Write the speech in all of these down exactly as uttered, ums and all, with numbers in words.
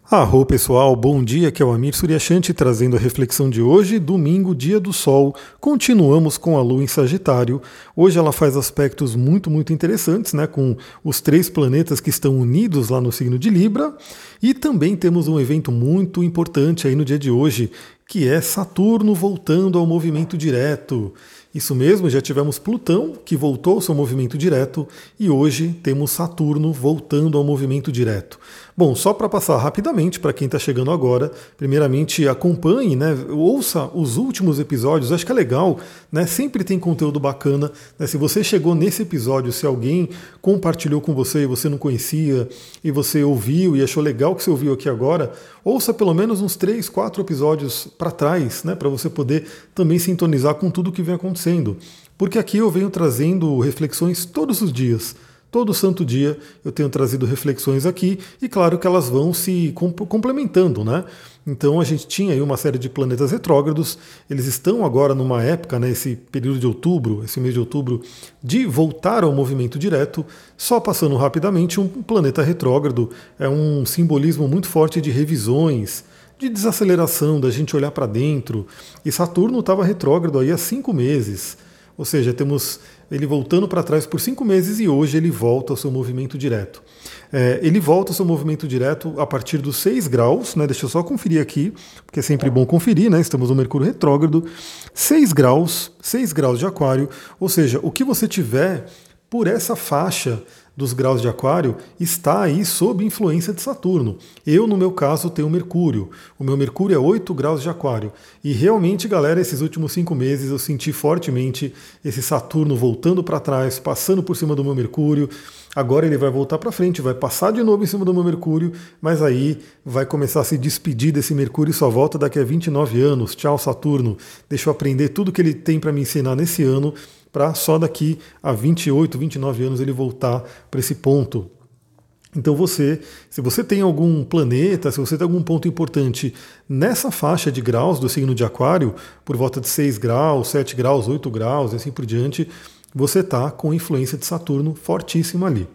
Arro pessoal, bom dia, aqui é o Amir Suryashanti trazendo a reflexão de hoje, domingo, dia do Sol. Continuamos com a Lua em Sagitário. Hoje ela faz aspectos muito, muito interessantes, né, com os três planetas que estão unidos lá no signo de Libra. E também temos um evento muito importante aí no dia de hoje, que é Saturno voltando ao movimento direto. Isso mesmo, já tivemos Plutão, que voltou ao seu movimento direto, e hoje temos Saturno voltando ao movimento direto. Bom, só para passar rapidamente para quem está chegando agora, primeiramente acompanhe, né, ouça os últimos episódios, acho que é legal, né, sempre tem conteúdo bacana. Né, se você chegou nesse episódio, se alguém compartilhou com você e você não conhecia, e você ouviu e achou legal o que você ouviu aqui agora, ouça pelo menos uns três, quatro episódios para trás, né, para você poder também sintonizar com tudo que vem acontecendo. Porque aqui eu venho trazendo reflexões todos os dias. Todo santo dia eu tenho trazido reflexões aqui e claro que elas vão se complementando, né? Então a gente tinha aí uma série de planetas retrógrados, eles estão agora numa época, né, esse período de outubro, esse mês de outubro, de voltar ao movimento direto. Só passando rapidamente, um planeta retrógrado é um simbolismo muito forte de revisões, de desaceleração, da gente olhar para dentro. E Saturno estava retrógrado aí há cinco meses. Ou seja, temos ele voltando para trás por cinco meses e hoje ele volta ao seu movimento direto. É, ele volta ao seu movimento direto a partir dos seis graus, né? Deixa eu só conferir aqui, porque é sempre bom conferir, né? Estamos no Mercúrio retrógrado. seis graus, seis graus de Aquário, ou seja, o que você tiver por essa faixa dos graus de Aquário está aí sob influência de Saturno. Eu, no meu caso, tenho Mercúrio. O meu Mercúrio é oito graus de Aquário. E realmente, galera, esses últimos cinco meses eu senti fortemente esse Saturno voltando para trás, passando por cima do meu Mercúrio. Agora ele vai voltar para frente, vai passar de novo em cima do meu Mercúrio, mas aí vai começar a se despedir desse Mercúrio e só volta daqui a vinte e nove anos. Tchau, Saturno. Deixa eu aprender tudo que ele tem para me ensinar nesse ano, para só daqui a vinte e oito, vinte e nove anos ele voltar para esse ponto. Então você, se você tem algum planeta, se você tem algum ponto importante nessa faixa de graus do signo de Aquário, por volta de seis graus, sete graus, oito graus e assim por diante, você está com influência de Saturno fortíssima ali.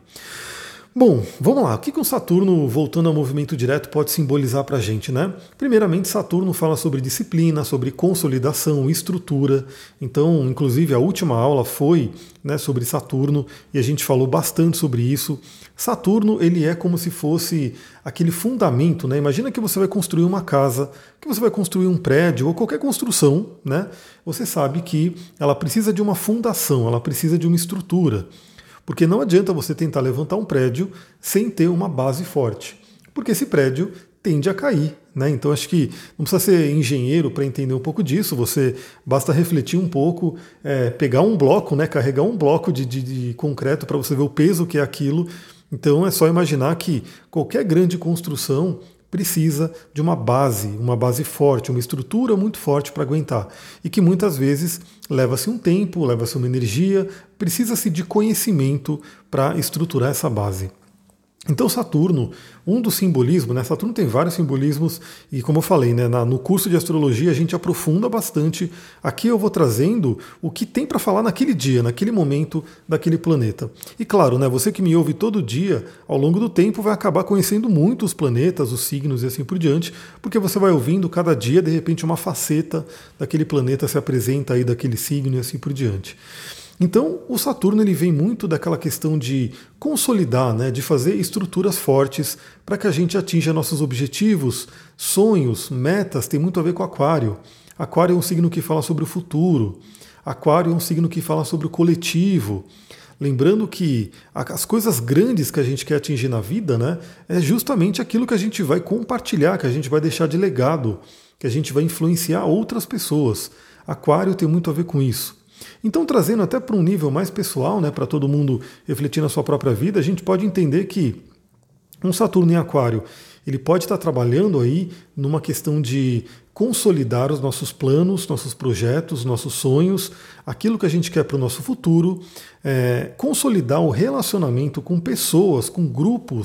Bom, vamos lá. O que, que o Saturno voltando ao movimento direto pode simbolizar para a gente, né? Primeiramente, Saturno fala sobre disciplina, sobre consolidação, estrutura. Então, inclusive, a última aula foi, né, sobre Saturno e a gente falou bastante sobre isso. Saturno, ele é como se fosse aquele fundamento, né? Imagina que você vai construir uma casa, que você vai construir um prédio ou qualquer construção, né? Você sabe que ela precisa de uma fundação, ela precisa de uma estrutura. Porque não adianta você tentar levantar um prédio sem ter uma base forte, porque esse prédio tende a cair, né? Então acho que não precisa ser engenheiro para entender um pouco disso, você basta refletir um pouco, é, pegar um bloco, né? Carregar um bloco de, de, de concreto para você ver o peso que é aquilo. Então é só imaginar que qualquer grande construção precisa de uma base, uma base forte, uma estrutura muito forte para aguentar. E que muitas vezes leva-se um tempo, leva-se uma energia, precisa-se de conhecimento para estruturar essa base. Então Saturno, um dos simbolismos, né? Saturno tem vários simbolismos e como eu falei, né, na, no curso de astrologia a gente aprofunda bastante. Aqui eu vou trazendo o que tem para falar naquele dia, naquele momento daquele planeta. E claro, né, você que me ouve todo dia, ao longo do tempo vai acabar conhecendo muito os planetas, os signos e assim por diante, porque você vai ouvindo cada dia, de repente uma faceta daquele planeta se apresenta aí daquele signo e assim por diante. Então, o Saturno ele vem muito daquela questão de consolidar, né, de fazer estruturas fortes para que a gente atinja nossos objetivos, sonhos, metas, tem muito a ver com Aquário. Aquário é um signo que fala sobre o futuro. Aquário é um signo que fala sobre o coletivo. Lembrando que as coisas grandes que a gente quer atingir na vida, né, é justamente aquilo que a gente vai compartilhar, que a gente vai deixar de legado, que a gente vai influenciar outras pessoas. Aquário tem muito a ver com isso. Então, trazendo até para um nível mais pessoal, né, para todo mundo refletir na sua própria vida, a gente pode entender que um Saturno em Aquário, ele pode estar trabalhando aí numa questão de consolidar os nossos planos, nossos projetos, nossos sonhos, aquilo que a gente quer para o nosso futuro, é, consolidar o relacionamento com pessoas, com grupos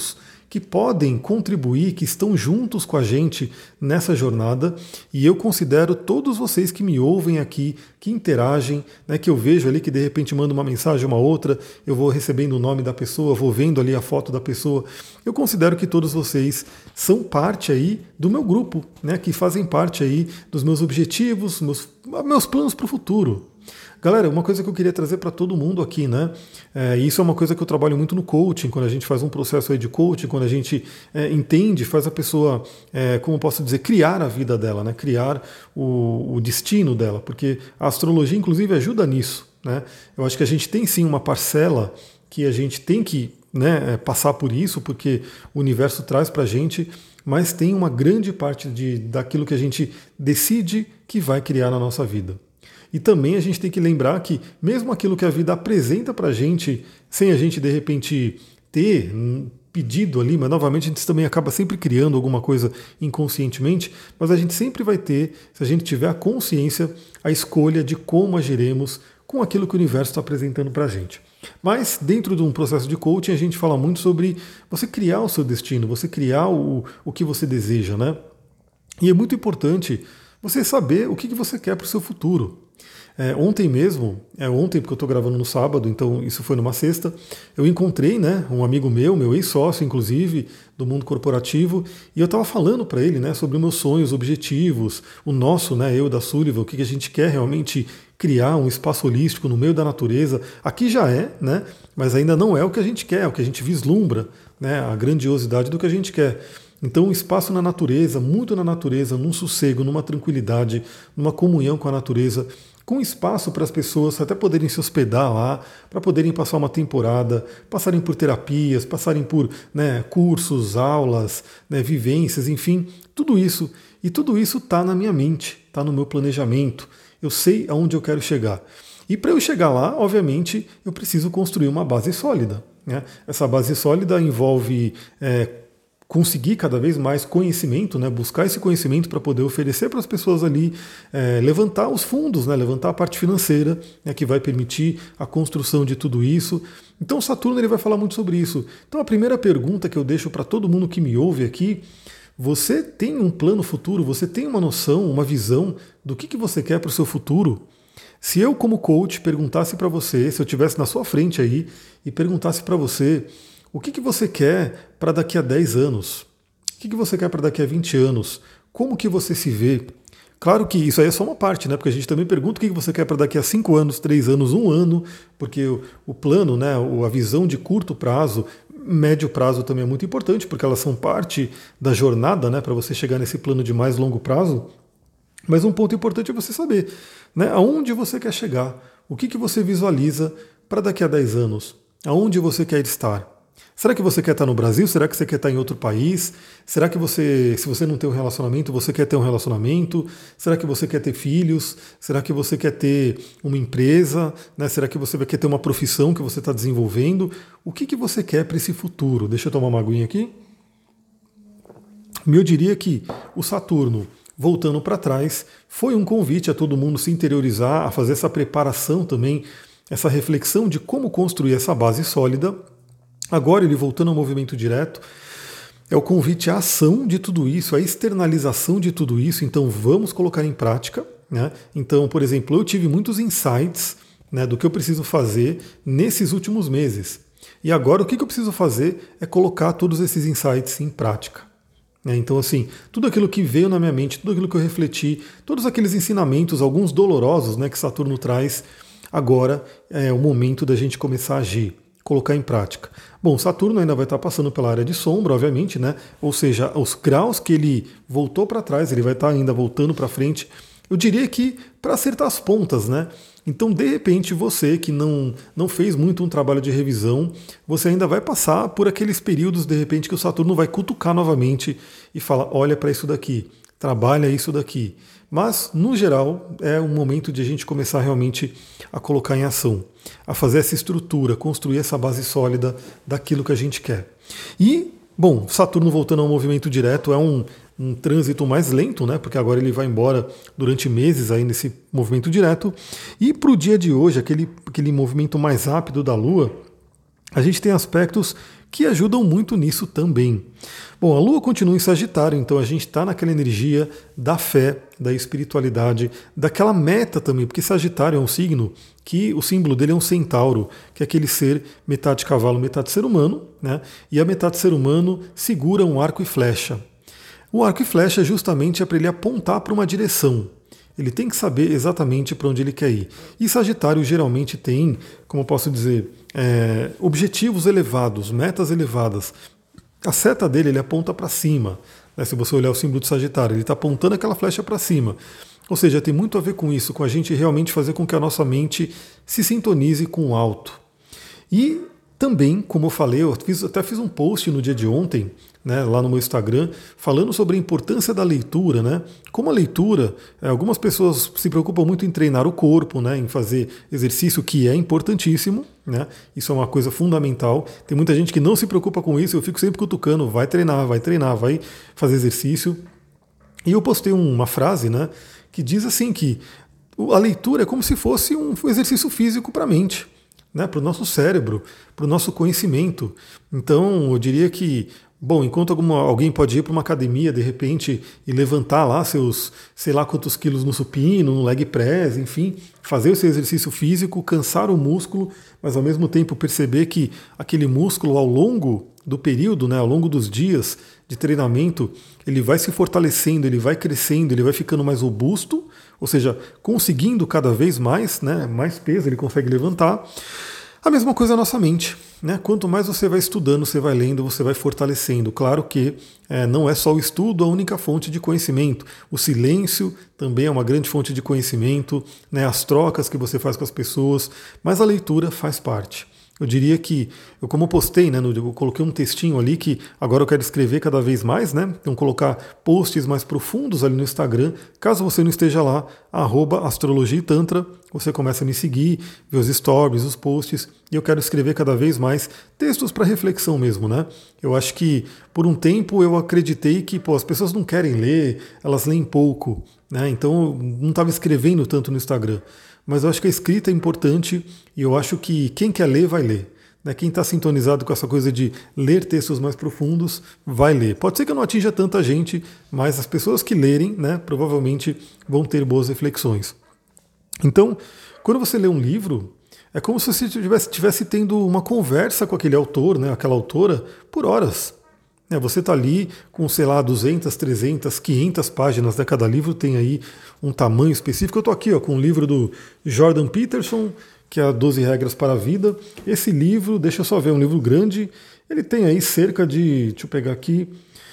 que podem contribuir, que estão juntos com a gente nessa jornada, e eu considero todos vocês que me ouvem aqui, que interagem, né, que eu vejo ali que de repente manda uma mensagem, uma outra, eu vou recebendo o nome da pessoa, vou vendo ali a foto da pessoa, eu considero que todos vocês são parte aí do meu grupo, né, que fazem parte aí dos meus objetivos, meus, meus planos para o futuro. Galera, uma coisa que eu queria trazer para todo mundo aqui, né? É, isso é uma coisa que eu trabalho muito no coaching, quando a gente faz um processo aí de coaching, quando a gente é, entende, faz a pessoa, é, como posso dizer, criar a vida dela, né? Criar o, o destino dela, porque a astrologia, inclusive, ajuda nisso, né? Eu acho que a gente tem sim uma parcela que a gente tem que, né, passar por isso, porque o universo traz para a gente, mas tem uma grande parte de, daquilo que a gente decide que vai criar na nossa vida. E também a gente tem que lembrar que mesmo aquilo que a vida apresenta para a gente, sem a gente de repente ter um pedido ali, mas novamente a gente também acaba sempre criando alguma coisa inconscientemente, mas a gente sempre vai ter, se a gente tiver a consciência, a escolha de como agiremos com aquilo que o universo está apresentando para a gente. Mas dentro de um processo de coaching a gente fala muito sobre você criar o seu destino, você criar o, o que você deseja, né? E é muito importante você saber o que você quer para o seu futuro. É, ontem mesmo, é ontem porque eu estou gravando no sábado, então isso foi numa sexta, eu encontrei, né, um amigo meu, meu ex-sócio inclusive, do mundo corporativo, e eu estava falando para ele, né, sobre meus sonhos, objetivos, o nosso, né, eu da Sullivan, o que a gente quer realmente criar um espaço holístico no meio da natureza. Aqui já é, né, mas ainda não é o que a gente quer, é o que a gente vislumbra, né, a grandiosidade do que a gente quer. Então, um espaço na natureza, muito na natureza, num sossego, numa tranquilidade, numa comunhão com a natureza, com espaço para as pessoas até poderem se hospedar lá, para poderem passar uma temporada, passarem por terapias, passarem por, né, cursos, aulas, né, vivências, enfim, tudo isso. E tudo isso está na minha mente, está no meu planejamento. Eu sei aonde eu quero chegar. E para eu chegar lá, obviamente, eu preciso construir uma base sólida, né? Essa base sólida envolve é, conseguir cada vez mais conhecimento, né, buscar esse conhecimento para poder oferecer para as pessoas ali, é, levantar os fundos, né, levantar a parte financeira, né, que vai permitir a construção de tudo isso. Então Saturno ele vai falar muito sobre isso. Então a primeira pergunta que eu deixo para todo mundo que me ouve aqui: você tem um plano futuro? Você tem uma noção, uma visão do que, que você quer para o seu futuro? Se eu como coach perguntasse para você, se eu estivesse na sua frente aí e perguntasse para você: o que, que você quer para daqui a dez anos? O que, que você quer para daqui a vinte anos? Como que você se vê? Claro que isso aí é só uma parte, né? Porque a gente também pergunta o que, que você quer para daqui a cinco anos, três anos, um ano, porque o, o plano, né, a visão de curto prazo, médio prazo também é muito importante, porque elas são parte da jornada, né, para você chegar nesse plano de mais longo prazo. Mas um ponto importante é você saber, né, aonde você quer chegar, o que, que você visualiza para daqui a dez anos, aonde você quer estar. Será que você quer estar no Brasil? Será que você quer estar em outro país? Será que você, se você não tem um relacionamento, você quer ter um relacionamento? Será que você quer ter filhos? Será que você quer ter uma empresa? Né? Será que você quer ter uma profissão que você está desenvolvendo? O que, que você quer para esse futuro? Deixa eu tomar uma aguinha aqui. Eu diria que o Saturno, voltando para trás, foi um convite a todo mundo se interiorizar, a fazer essa preparação também, essa reflexão de como construir essa base sólida. Agora, ele voltando ao movimento direto, é o convite à ação de tudo isso, à externalização de tudo isso. Então, vamos colocar em prática, né? Então, por exemplo, eu tive muitos insights, né, do que eu preciso fazer nesses últimos meses. E agora, o que eu preciso fazer é colocar todos esses insights em prática. Então, assim, tudo aquilo que veio na minha mente, tudo aquilo que eu refleti, todos aqueles ensinamentos, alguns dolorosos, né, que Saturno traz, agora é o momento da gente começar a agir, colocar em prática. Bom, Saturno ainda vai estar passando pela área de sombra, obviamente, né? Ou seja, os graus que ele voltou para trás, ele vai estar ainda voltando para frente. Eu diria que para acertar as pontas, né? Então, de repente, você que não, não fez muito um trabalho de revisão, você ainda vai passar por aqueles períodos, de repente, que o Saturno vai cutucar novamente e falar: olha para isso daqui, trabalha isso daqui. Mas, no geral, é um momento de a gente começar realmente a colocar em ação, a fazer essa estrutura, construir essa base sólida daquilo que a gente quer. E, bom, Saturno voltando ao movimento direto é um, um trânsito mais lento, né? Porque agora ele vai embora durante meses aí nesse movimento direto. E para o dia de hoje, aquele, aquele movimento mais rápido da Lua, a gente tem aspectos que ajudam muito nisso também. Bom, a Lua continua em Sagitário, então a gente está naquela energia da fé, da espiritualidade, daquela meta também, porque Sagitário é um signo que o símbolo dele é um centauro, que é aquele ser metade cavalo, metade ser humano, né? E a metade ser humano segura um arco e flecha. O arco e flecha justamente é para ele apontar para uma direção. Ele tem que saber exatamente para onde ele quer ir. E Sagitário geralmente tem, como eu posso dizer, é, objetivos elevados, metas elevadas. A seta dele ele aponta para cima. Né? Se você olhar o símbolo de Sagitário, ele está apontando aquela flecha para cima. Ou seja, tem muito a ver com isso, com a gente realmente fazer com que a nossa mente se sintonize com o alto. E também, como eu falei, eu fiz, até fiz um post no dia de ontem, né, lá no meu Instagram, falando sobre a importância da leitura, né? Como a leitura, algumas pessoas se preocupam muito em treinar o corpo, né, em fazer exercício, que é importantíssimo, né? Isso é uma coisa fundamental. Tem muita gente que não se preocupa com isso, eu fico sempre cutucando, vai treinar, vai treinar, vai fazer exercício. E eu postei uma frase, né, que diz assim que a leitura é como se fosse um exercício físico para a mente, né, para o nosso cérebro, para o nosso conhecimento. Então, eu diria que, bom, enquanto alguma, alguém pode ir para uma academia, de repente, e levantar lá seus, sei lá quantos quilos no supino, no leg press, enfim, fazer o seu exercício físico, cansar o músculo, mas ao mesmo tempo perceber que aquele músculo, ao longo do período, né, ao longo dos dias de treinamento, ele vai se fortalecendo, ele vai crescendo, ele vai ficando mais robusto, ou seja, conseguindo cada vez mais, né, mais peso ele consegue levantar. A mesma coisa a nossa mente, né? Quanto mais você vai estudando, você vai lendo, você vai fortalecendo. Claro que é, não é só o estudo a única fonte de conhecimento. O silêncio também é uma grande fonte de conhecimento, né? As trocas que você faz com as pessoas, mas a leitura faz parte. Eu diria que, eu como postei, né, eu coloquei um textinho ali que agora eu quero escrever cada vez mais, né? Então colocar posts mais profundos ali no Instagram. Caso você não esteja lá, arroba astrologia e tantra, você começa a me seguir, ver os stories, os posts, e eu quero escrever cada vez mais textos para reflexão mesmo, né? Eu acho que por um tempo eu acreditei que, pô, as pessoas não querem ler, elas leem pouco, né? Então eu não estava escrevendo tanto no Instagram. Mas eu acho que a escrita é importante e eu acho que quem quer ler, vai ler. Né? Quem está sintonizado com essa coisa de ler textos mais profundos, vai ler. Pode ser que eu não atinja tanta gente, mas as pessoas que lerem, né, provavelmente vão ter boas reflexões. Então, quando você lê um livro, é como se você estivesse, estivesse tendo uma conversa com aquele autor, né, aquela autora, por horas. É, você está ali com, sei lá, duzentas, trezentas, quinhentas páginas, né? Cada livro tem aí um tamanho específico. Eu estou aqui ó, com o livro do Jordan Peterson, que é doze Regras para a Vida. Esse livro, deixa eu só ver, é um livro grande, ele tem aí cerca de, deixa eu pegar aqui,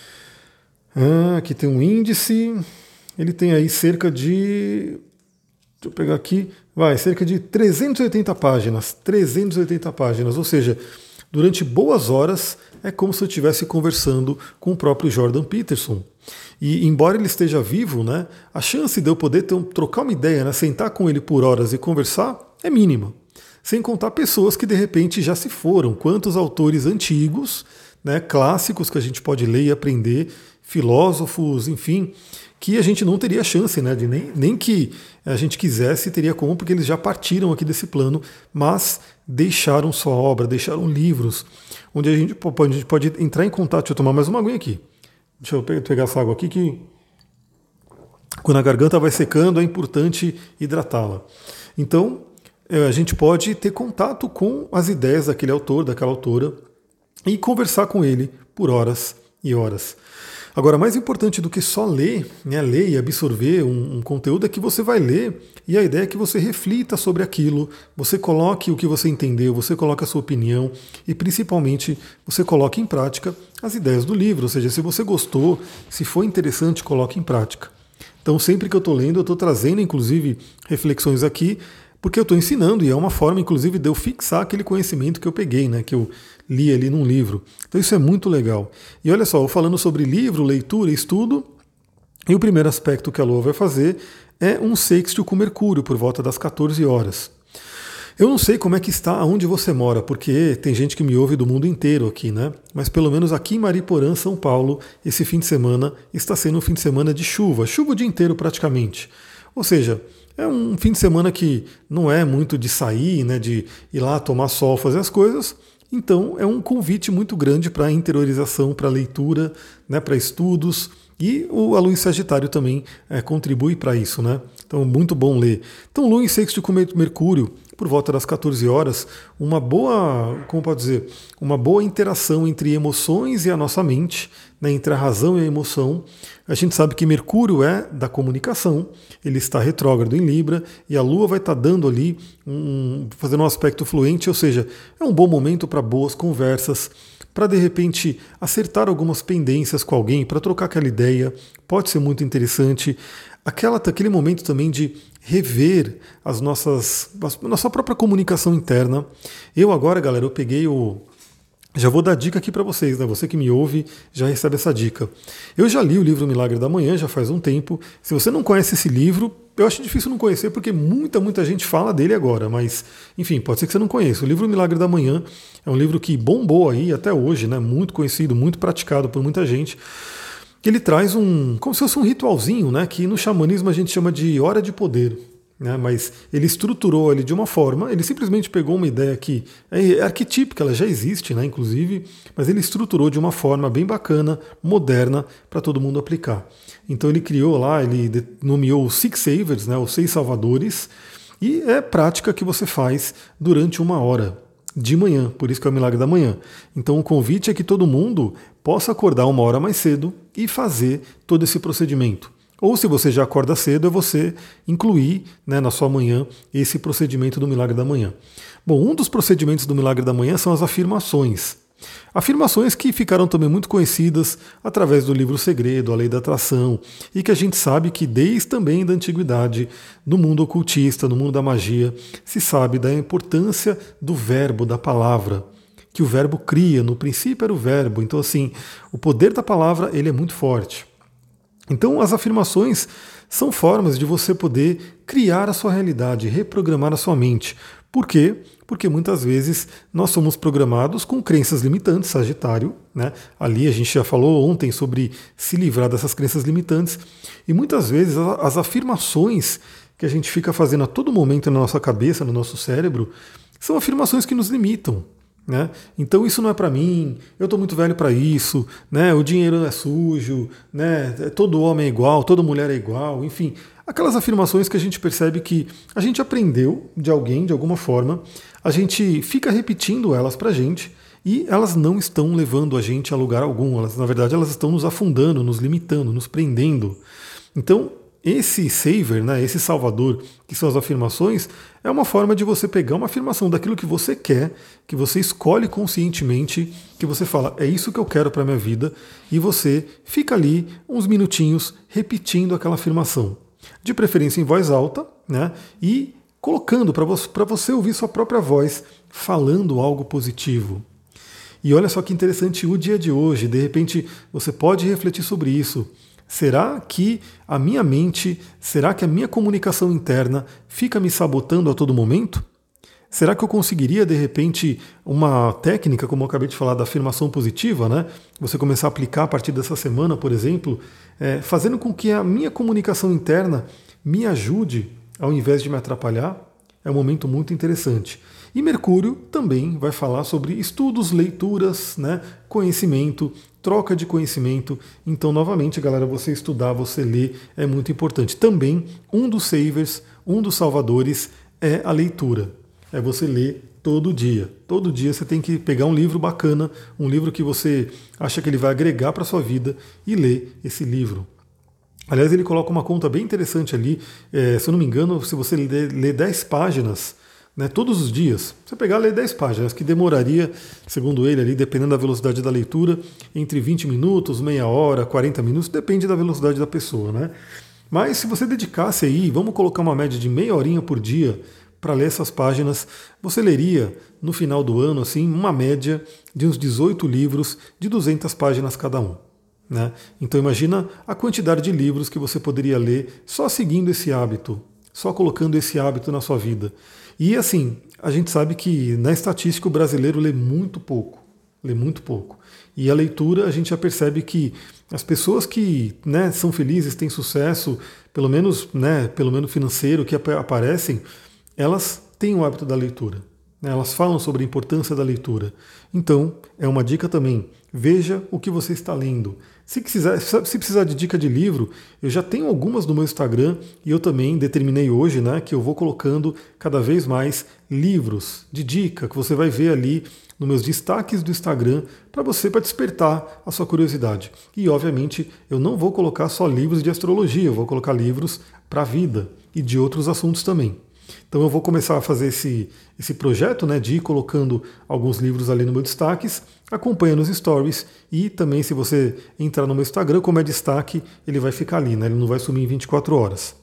ah, aqui tem um índice, ele tem aí cerca de, deixa eu pegar aqui, vai, cerca de trezentas e oitenta páginas, trezentas e oitenta páginas, ou seja, durante boas horas é como se eu estivesse conversando com o próprio Jordan Peterson. E embora ele esteja vivo, né, a chance de eu poder ter um, trocar uma ideia, né, sentar com ele por horas e conversar é mínima. Sem contar pessoas que de repente já se foram. Quantos autores antigos, né, clássicos que a gente pode ler e aprender, filósofos, enfim, que a gente não teria chance, né, de nem, nem que a gente quisesse teria como, porque eles já partiram aqui desse plano, mas deixaram sua obra, deixaram livros, onde a gente pode, a gente pode entrar em contato. Deixa eu tomar mais uma aguinha aqui. Deixa eu pegar essa água aqui, que quando a garganta vai secando é importante hidratá-la. Então, a gente pode ter contato com as ideias daquele autor, daquela autora, e conversar com ele por horas e horas. Agora, mais importante do que só ler, né, ler e absorver um, um conteúdo é que você vai ler e a ideia é que você reflita sobre aquilo, você coloque o que você entendeu, você coloque a sua opinião e principalmente você coloque em prática as ideias do livro, ou seja, se você gostou, se foi interessante, coloque em prática. Então, sempre que eu estou lendo, eu estou trazendo inclusive reflexões aqui, porque eu estou ensinando e é uma forma, inclusive, de eu fixar aquele conhecimento que eu peguei, né, que eu li ali num livro. Então isso é muito legal. E olha só, eu falando sobre livro, leitura, estudo, e o primeiro aspecto que a Lua vai fazer é um sextil com Mercúrio, por volta das quatorze horas. Eu não sei como é que está onde você mora, porque tem gente que me ouve do mundo inteiro aqui, né? Mas pelo menos aqui em Mariporã, São Paulo, esse fim de semana está sendo um fim de semana de chuva, chuva o dia inteiro praticamente. Ou seja, é um fim de semana que não é muito de sair, né, de ir lá tomar sol, fazer as coisas, Então é um convite muito grande para interiorização, para leitura, né, para estudos, e o, a Lua em Sagitário também é, contribui para isso, né? Então muito bom ler. Então Lua em sexto com Mercúrio, por volta das quatorze horas, uma boa, como pode dizer, uma boa interação entre emoções e a nossa mente, né, entre a razão e a emoção. A gente sabe que Mercúrio é da comunicação, ele está retrógrado em Libra, e a Lua vai estar dando ali, um, fazendo um aspecto fluente, ou seja, é um bom momento para boas conversas, para de repente acertar algumas pendências com alguém, para trocar aquela ideia, pode ser muito interessante. Aquela, aquele momento também de rever as nossas, a nossa própria comunicação interna. Eu agora, galera, eu peguei o... Já vou dar dica aqui para vocês, né? Você que me ouve já recebe essa dica. Eu já li o livro Milagre da Manhã, já faz um tempo. Se você não conhece esse livro, eu acho difícil não conhecer, porque muita, muita gente fala dele agora, mas, enfim, pode ser que você não conheça. O livro Milagre da Manhã é um livro que bombou aí até hoje, né? Muito conhecido, muito praticado por muita gente. Ele traz um, como se fosse um ritualzinho, né? Que no xamanismo a gente chama de hora de poder. Né, mas ele estruturou ele de uma forma, ele simplesmente pegou uma ideia que é arquetípica, ela já existe, né, inclusive, mas ele estruturou de uma forma bem bacana, moderna, para todo mundo aplicar. Então ele criou lá, ele nomeou os Six Savers, né, os seis salvadores, e é prática que você faz durante uma hora de manhã, por isso que é o Milagre da Manhã. Então o convite é que todo mundo possa acordar uma hora mais cedo e fazer todo esse procedimento. Ou se você já acorda cedo, é você incluir, né, na sua manhã esse procedimento do Milagre da Manhã. Bom, um dos procedimentos do Milagre da Manhã são as afirmações. Afirmações que ficaram também muito conhecidas através do livro Segredo, a Lei da Atração, e que a gente sabe que desde também da antiguidade, no mundo ocultista, no mundo da magia, se sabe da importância do verbo, da palavra, que o verbo cria, no princípio era o verbo. Então assim, o poder da palavra ele é muito forte. Então, as afirmações são formas de você poder criar a sua realidade, reprogramar a sua mente. Por quê? Porque muitas vezes nós somos programados com crenças limitantes, Sagitário, né? Ali a gente já falou ontem sobre se livrar dessas crenças limitantes. E muitas vezes as afirmações que a gente fica fazendo a todo momento na nossa cabeça, no nosso cérebro, são afirmações que nos limitam. Né? Então isso não é para mim, eu estou muito velho para isso, né? O dinheiro é sujo, né? Todo homem é igual, toda mulher é igual, enfim, aquelas afirmações que a gente percebe que a gente aprendeu de alguém, de alguma forma, a gente fica repetindo elas para a gente e elas não estão levando a gente a lugar algum, elas, na verdade elas estão nos afundando, nos limitando, nos prendendo. Então esse saver, né, esse salvador, que são as afirmações, é uma forma de você pegar uma afirmação daquilo que você quer, que você escolhe conscientemente, que você fala, é isso que eu quero para a minha vida, e você fica ali uns minutinhos repetindo aquela afirmação. De preferência em voz alta, né, e colocando para você, para você ouvir sua própria voz, falando algo positivo. E olha só que interessante o dia de hoje, de repente você pode refletir sobre isso. Será que a minha mente, será que a minha comunicação interna fica me sabotando a todo momento? Será que eu conseguiria, de repente, uma técnica, como eu acabei de falar, da afirmação positiva, né? Você começar a aplicar a partir dessa semana, por exemplo, é, fazendo com que a minha comunicação interna me ajude, ao invés de me atrapalhar? É um momento muito interessante. E Mercúrio também vai falar sobre estudos, leituras, né, conhecimento, troca de conhecimento. Então, novamente, galera, você estudar, você ler é muito importante. Também, um dos savers, um dos salvadores é a leitura. É você ler todo dia. Todo dia você tem que pegar um livro bacana, um livro que você acha que ele vai agregar para a sua vida e ler esse livro. Aliás, ele coloca uma conta bem interessante ali. É, se eu não me engano, se você ler, ler dez páginas, né, todos os dias, você pegar e ler dez páginas, que demoraria, segundo ele, ali, dependendo da velocidade da leitura, entre vinte minutos, meia hora, quarenta minutos, depende da velocidade da pessoa. Né? Mas se você dedicasse aí, vamos colocar uma média de meia horinha por dia para ler essas páginas, você leria no final do ano assim uma média de uns dezoito livros de duzentas páginas cada um. Né? Então imagina a quantidade de livros que você poderia ler só seguindo esse hábito, só colocando esse hábito na sua vida. E assim, a gente sabe que na estatística o brasileiro lê muito pouco, lê muito pouco. E a leitura a gente já percebe que as pessoas que, né, são felizes, têm sucesso, pelo menos, né, pelo menos financeiro, que ap- aparecem, elas têm o hábito da leitura. né? Elas falam sobre a importância da leitura. Então, é uma dica também. Veja o que você está lendo. Se precisar, se precisar de dica de livro, eu já tenho algumas no meu Instagram e eu também determinei hoje, né, que eu vou colocando cada vez mais livros de dica que você vai ver ali nos meus destaques do Instagram para você, para despertar a sua curiosidade. E, obviamente, eu não vou colocar só livros de astrologia, eu vou colocar livros para a vida e de outros assuntos também. Então eu vou começar a fazer esse, esse projeto, né, de ir colocando alguns livros ali no meu destaques, acompanha nos stories e também se você entrar no meu Instagram, como é destaque, ele vai ficar ali, né, ele não vai sumir em vinte e quatro horas.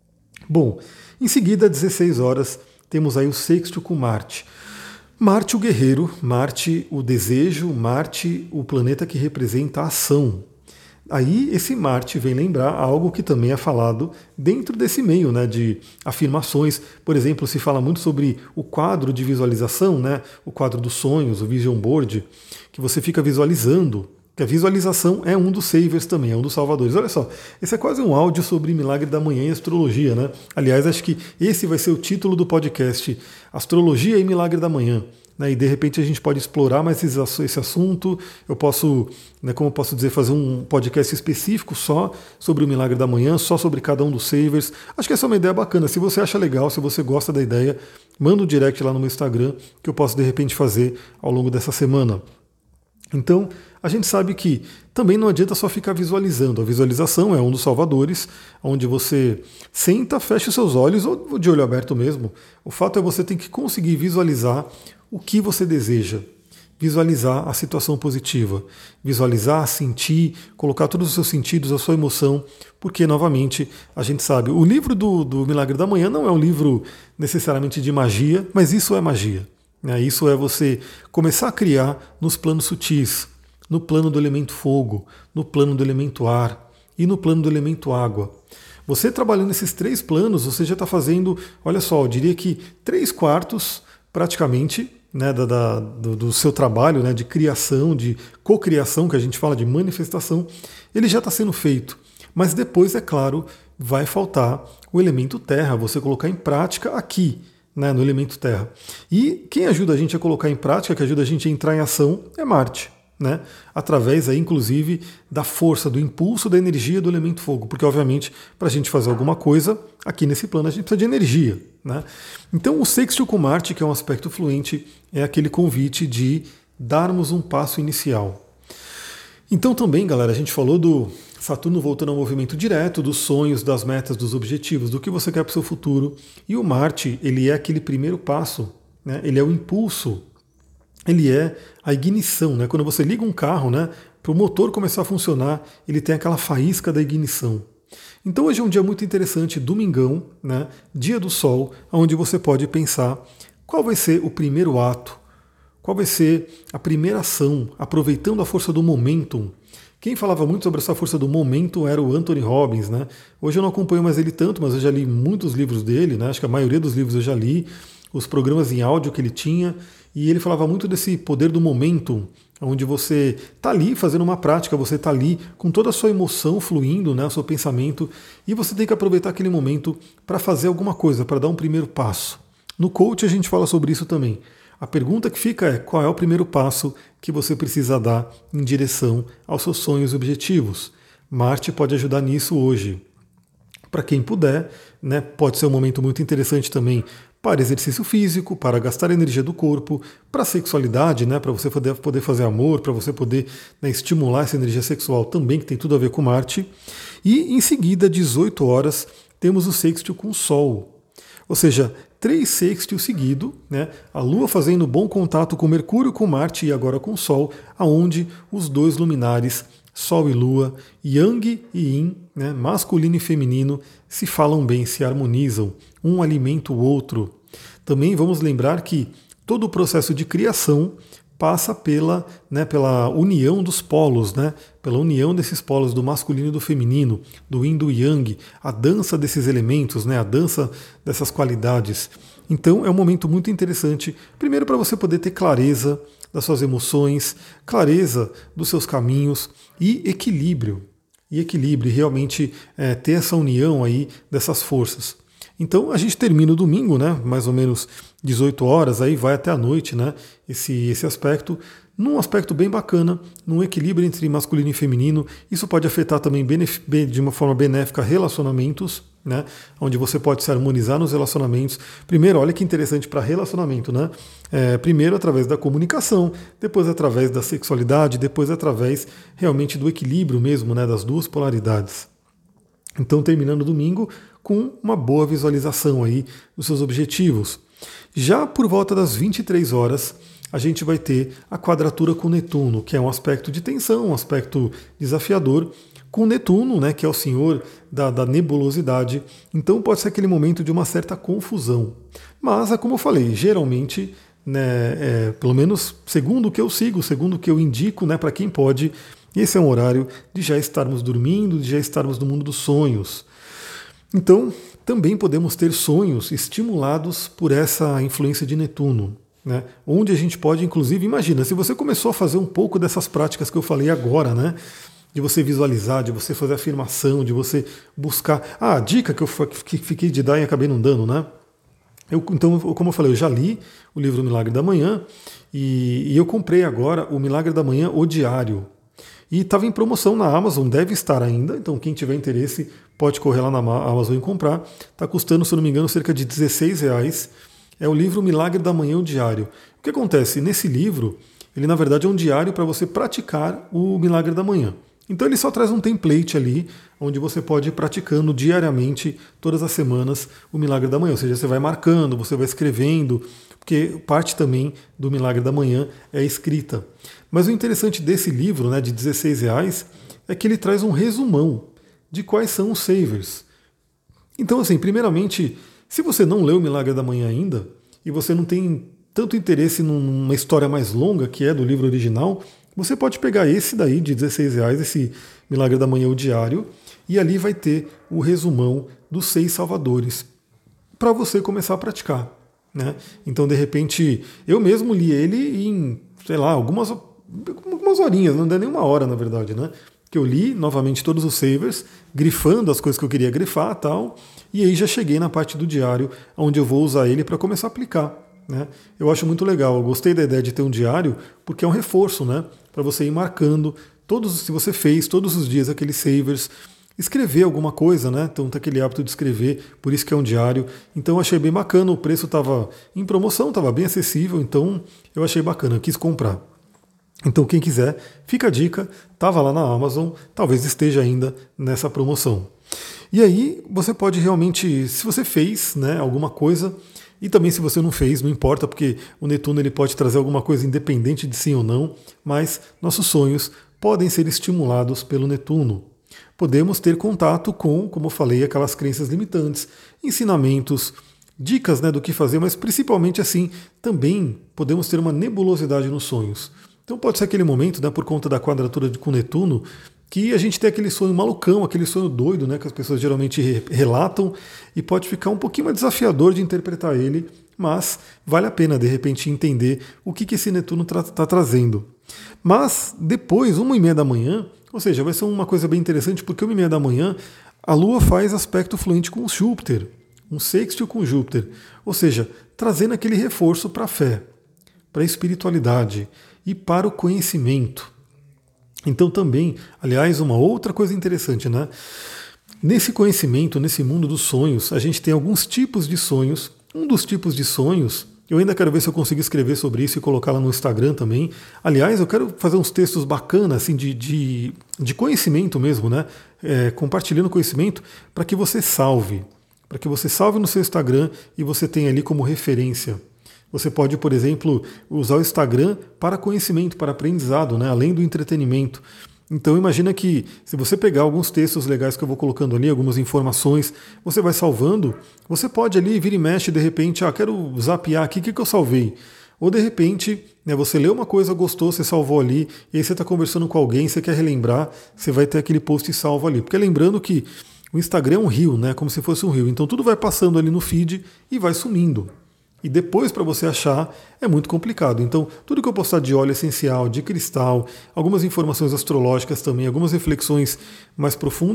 Bom, em seguida, às dezesseis horas, temos aí o sexto com Marte. Marte o guerreiro, Marte o desejo, Marte o planeta que representa a ação. Aí esse Marte vem lembrar algo que também é falado dentro desse meio, né, de afirmações. Por exemplo, se fala muito sobre o quadro de visualização, né, o quadro dos sonhos, o vision board, que você fica visualizando, que a visualização é um dos savers também, é um dos salvadores. Olha só, esse é quase um áudio sobre Milagre da Manhã e astrologia, né? Aliás, acho que esse vai ser o título do podcast, Astrologia e Milagre da Manhã. Né, e de repente a gente pode explorar mais esse assunto. Eu posso, né, como eu posso dizer, fazer um podcast específico só sobre o Milagre da Manhã, só sobre cada um dos savers. Acho que essa é uma ideia bacana. Se você acha legal, se você gosta da ideia, manda um direct lá no meu Instagram que eu posso de repente fazer ao longo dessa semana. Então, a gente sabe que também não adianta só ficar visualizando. A visualização é um dos salvadores, onde você senta, fecha os seus olhos, ou de olho aberto mesmo. O fato é que você tem que conseguir visualizar o que você deseja. Visualizar a situação positiva. Visualizar, sentir, colocar todos os seus sentidos, a sua emoção, porque, novamente, a gente sabe, o livro do, do Milagre da Manhã não é um livro necessariamente de magia, mas isso é magia. Isso é você começar a criar nos planos sutis, no plano do elemento fogo, no plano do elemento ar e no plano do elemento água. Você trabalhando nesses três planos, você já está fazendo, olha só, eu diria que três quartos praticamente, né, da, da, do, do seu trabalho, né, de criação, de cocriação, que a gente fala de manifestação, ele já está sendo feito. Mas depois, é claro, vai faltar o elemento terra, você colocar em prática aqui, né, no elemento terra. E quem ajuda a gente a colocar em prática, que ajuda a gente a entrar em ação, é Marte. Né, através aí, inclusive, da força, do impulso da energia do elemento fogo, porque obviamente para a gente fazer alguma coisa aqui nesse plano a gente precisa de energia. Né? Então o sextil com Marte, que é um aspecto fluente, é aquele convite de darmos um passo inicial. Então também, galera, a gente falou do Saturno voltando ao movimento direto, dos sonhos, das metas, dos objetivos, do que você quer para o seu futuro, e o Marte, ele é aquele primeiro passo, né? Ele é o impulso. Ele é a ignição, né? Quando você liga um carro, né, para o motor começar a funcionar, ele tem aquela faísca da ignição. Então hoje é um dia muito interessante, domingão, né, dia do sol, onde você pode pensar qual vai ser o primeiro ato, qual vai ser a primeira ação, aproveitando a força do momentum. Quem falava muito sobre essa força do momentum era o Anthony Robbins. Né? Hoje eu não acompanho mais ele tanto, mas eu já li muitos livros dele, né? Acho que a maioria dos livros eu já li, os programas em áudio que ele tinha, e ele falava muito desse poder do momentum, onde você está ali fazendo uma prática, você está ali com toda a sua emoção fluindo, né, o seu pensamento, e você tem que aproveitar aquele momento para fazer alguma coisa, para dar um primeiro passo. No coach a gente fala sobre isso também. A pergunta que fica é qual é o primeiro passo que você precisa dar em direção aos seus sonhos e objetivos. Marte pode ajudar nisso hoje. Para quem puder, né, pode ser um momento muito interessante também para exercício físico, para gastar a energia do corpo, para a sexualidade, né, para você poder, poder fazer amor, para você poder, né, estimular essa energia sexual também, que tem tudo a ver com Marte. E em seguida, dezoito horas, temos o sextil com o Sol. Ou seja, três sextil seguido, né, a Lua fazendo bom contato com Mercúrio, com Marte e agora com o Sol, aonde os dois luminares, Sol e Lua, Yang e Yin, né, masculino e feminino, se falam bem, se harmonizam, um alimenta o outro. Também vamos lembrar que todo o processo de criação passa pela, né, pela união dos polos, né, pela união desses polos do masculino e do feminino, do Yin e do Yang, a dança desses elementos, né, a dança dessas qualidades. Então é um momento muito interessante, primeiro para você poder ter clareza das suas emoções, clareza dos seus caminhos e equilíbrio. E equilíbrio, realmente é, ter essa união aí dessas forças. Então a gente termina o domingo, né, mais ou menos dezoito horas, aí vai até a noite, né, esse, esse aspecto, num aspecto bem bacana, num equilíbrio entre masculino e feminino. Isso pode afetar também de uma forma benéfica relacionamentos, né, onde você pode se harmonizar nos relacionamentos. Primeiro, olha que interessante para relacionamento, né? É, primeiro através da comunicação, depois através da sexualidade, depois através realmente do equilíbrio mesmo, né, das duas polaridades. Então, terminando o domingo com uma boa visualização aí dos seus objetivos. Já por volta das vinte e três horas, a gente vai ter a quadratura com Netuno, que é um aspecto de tensão, um aspecto desafiador, com Netuno, né, que é o senhor da, da nebulosidade. Então pode ser aquele momento de uma certa confusão. Mas, é como eu falei, geralmente, né, é, pelo menos segundo o que eu sigo, segundo o que eu indico, né, para quem pode, esse é um horário de já estarmos dormindo, de já estarmos no mundo dos sonhos. Então, também podemos ter sonhos estimulados por essa influência de Netuno, né? Onde a gente pode, inclusive, imagina, se você começou a fazer um pouco dessas práticas que eu falei agora, né? De você visualizar, de você fazer afirmação, de você buscar. Ah, a dica que eu que fiquei de dar e acabei não dando, né? Eu, então, como eu falei, eu já li o livro Milagre da Manhã e, e eu comprei agora o Milagre da Manhã, o diário. E estava em promoção na Amazon, deve estar ainda, então quem tiver interesse pode correr lá na Amazon e comprar. Está custando, se eu não me engano, cerca de dezesseis reais. É o livro Milagre da Manhã, o diário. O que acontece? Nesse livro, ele na verdade é um diário para você praticar o Milagre da Manhã. Então ele só traz um template ali, onde você pode ir praticando diariamente, todas as semanas, o Milagre da Manhã. Ou seja, você vai marcando, você vai escrevendo, porque parte também do Milagre da Manhã é escrita. Mas o interessante desse livro, né, de dezesseis reais, é que ele traz um resumão de quais são os savers. Então, assim, primeiramente, se você não leu o Milagre da Manhã ainda, e você não tem tanto interesse numa história mais longa, que é do livro original, você pode pegar esse daí, de dezesseis reais, esse Milagre da Manhã, o diário, e ali vai ter o resumão dos seis salvadores, para você começar a praticar, né? Então, de repente, eu mesmo li ele em, sei lá, algumas, algumas horinhas, não deu nem uma hora, na verdade, né? Que eu li novamente todos os savers, grifando as coisas que eu queria grifar e tal, e aí já cheguei na parte do diário, onde eu vou usar ele para começar a aplicar, né? Eu acho muito legal, eu gostei da ideia de ter um diário, porque é um reforço, né? Para você ir marcando todos, se você fez todos os dias aqueles savers, escrever alguma coisa, né? Então tem aquele hábito de escrever, por isso que é um diário. Então eu achei bem bacana, o preço estava em promoção, estava bem acessível, então eu achei bacana, eu quis comprar. Então quem quiser, fica a dica, estava lá na Amazon, talvez esteja ainda nessa promoção. E aí você pode realmente, se você fez, né, alguma coisa, e também se você não fez, não importa, porque o Netuno ele pode trazer alguma coisa independente de sim ou não, mas nossos sonhos podem ser estimulados pelo Netuno. Podemos ter contato com, como eu falei, aquelas crenças limitantes, ensinamentos, dicas, né, do que fazer, mas principalmente assim, também podemos ter uma nebulosidade nos sonhos. Então pode ser aquele momento, né, por conta da quadratura de, com Netuno, que a gente tem aquele sonho malucão, aquele sonho doido, né, que as pessoas geralmente re relatam, e pode ficar um pouquinho mais desafiador de interpretar ele, mas vale a pena, de repente, entender o que, que esse Netuno está tra trazendo. Mas depois, uma e meia da manhã, ou seja, vai ser uma coisa bem interessante, porque uma e meia da manhã a Lua faz aspecto fluente com Júpiter, um sextil com Júpiter, ou seja, trazendo aquele reforço para a fé, para a espiritualidade e para o conhecimento. Então também, aliás, uma outra coisa interessante, né? Nesse conhecimento, nesse mundo dos sonhos, a gente tem alguns tipos de sonhos. Um dos tipos de sonhos, eu ainda quero ver se eu consigo escrever sobre isso e colocar lá no Instagram também. Aliás, eu quero fazer uns textos bacanas, assim, de, de, de conhecimento mesmo, né? É, compartilhando conhecimento para que você salve. Para que você salve no seu Instagram e você tenha ali como referência. Você pode, por exemplo, usar o Instagram para conhecimento, para aprendizado, né? Além do entretenimento. Então imagina que se você pegar alguns textos legais que eu vou colocando ali, algumas informações, você vai salvando, você pode ali vir e mexe de repente, ah, quero zapear aqui, o que, que eu salvei? Ou de repente, né, você leu uma coisa, gostou, você salvou ali, e aí você está conversando com alguém, você quer relembrar, você vai ter aquele post salvo ali. Porque lembrando que o Instagram é um rio, né? Como se fosse um rio. Então tudo vai passando ali no feed e vai sumindo. E depois, para você achar, é muito complicado. Então, tudo que eu postar de óleo essencial, de cristal, algumas informações astrológicas também, algumas reflexões mais profundas,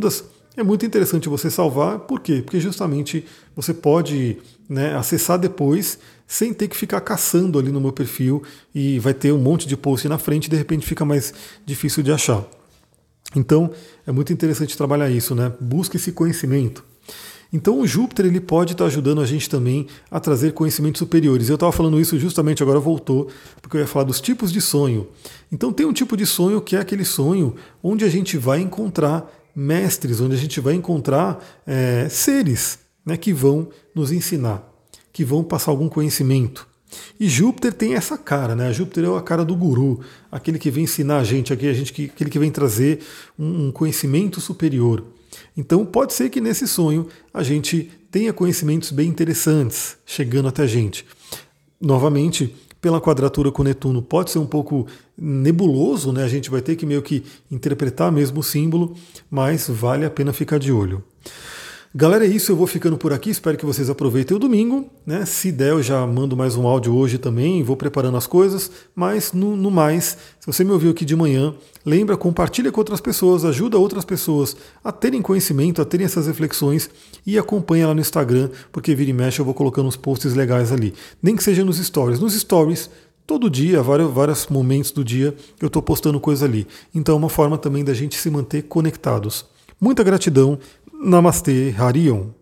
é muito interessante você salvar. Por quê? Porque justamente você pode, né, acessar depois sem ter que ficar caçando ali no meu perfil e vai ter um monte de post na frente e de repente fica mais difícil de achar. Então é muito interessante trabalhar isso, né? Busca esse conhecimento. Então o Júpiter ele pode estar ajudando a gente também a trazer conhecimentos superiores. Eu estava falando isso justamente agora voltou, porque eu ia falar dos tipos de sonho. Então tem um tipo de sonho que é aquele sonho onde a gente vai encontrar mestres, onde a gente vai encontrar é, seres, né, que vão nos ensinar, que vão passar algum conhecimento. E Júpiter tem essa cara, né? Júpiter é a cara do guru, aquele que vem ensinar a gente, aquele, a gente que, aquele que vem trazer um, um conhecimento superior. Então pode ser que nesse sonho a gente tenha conhecimentos bem interessantes chegando até a gente. Novamente, pela quadratura com Netuno, pode ser um pouco nebuloso, né? A gente vai ter que meio que interpretar mesmo o símbolo, mas vale a pena ficar de olho. Galera, é isso, eu vou ficando por aqui, espero que vocês aproveitem o domingo, né? Se der, eu já mando mais um áudio hoje também, vou preparando as coisas, mas no, no mais, se você me ouviu aqui de manhã, lembra, compartilha com outras pessoas, ajuda outras pessoas a terem conhecimento, a terem essas reflexões e acompanha lá no Instagram, porque vira e mexe eu vou colocando uns posts legais ali, nem que seja nos stories. Nos stories, todo dia, vários, vários momentos do dia, eu estou postando coisa ali. Então é uma forma também da gente se manter conectados. Muita gratidão. Namastê, Harion.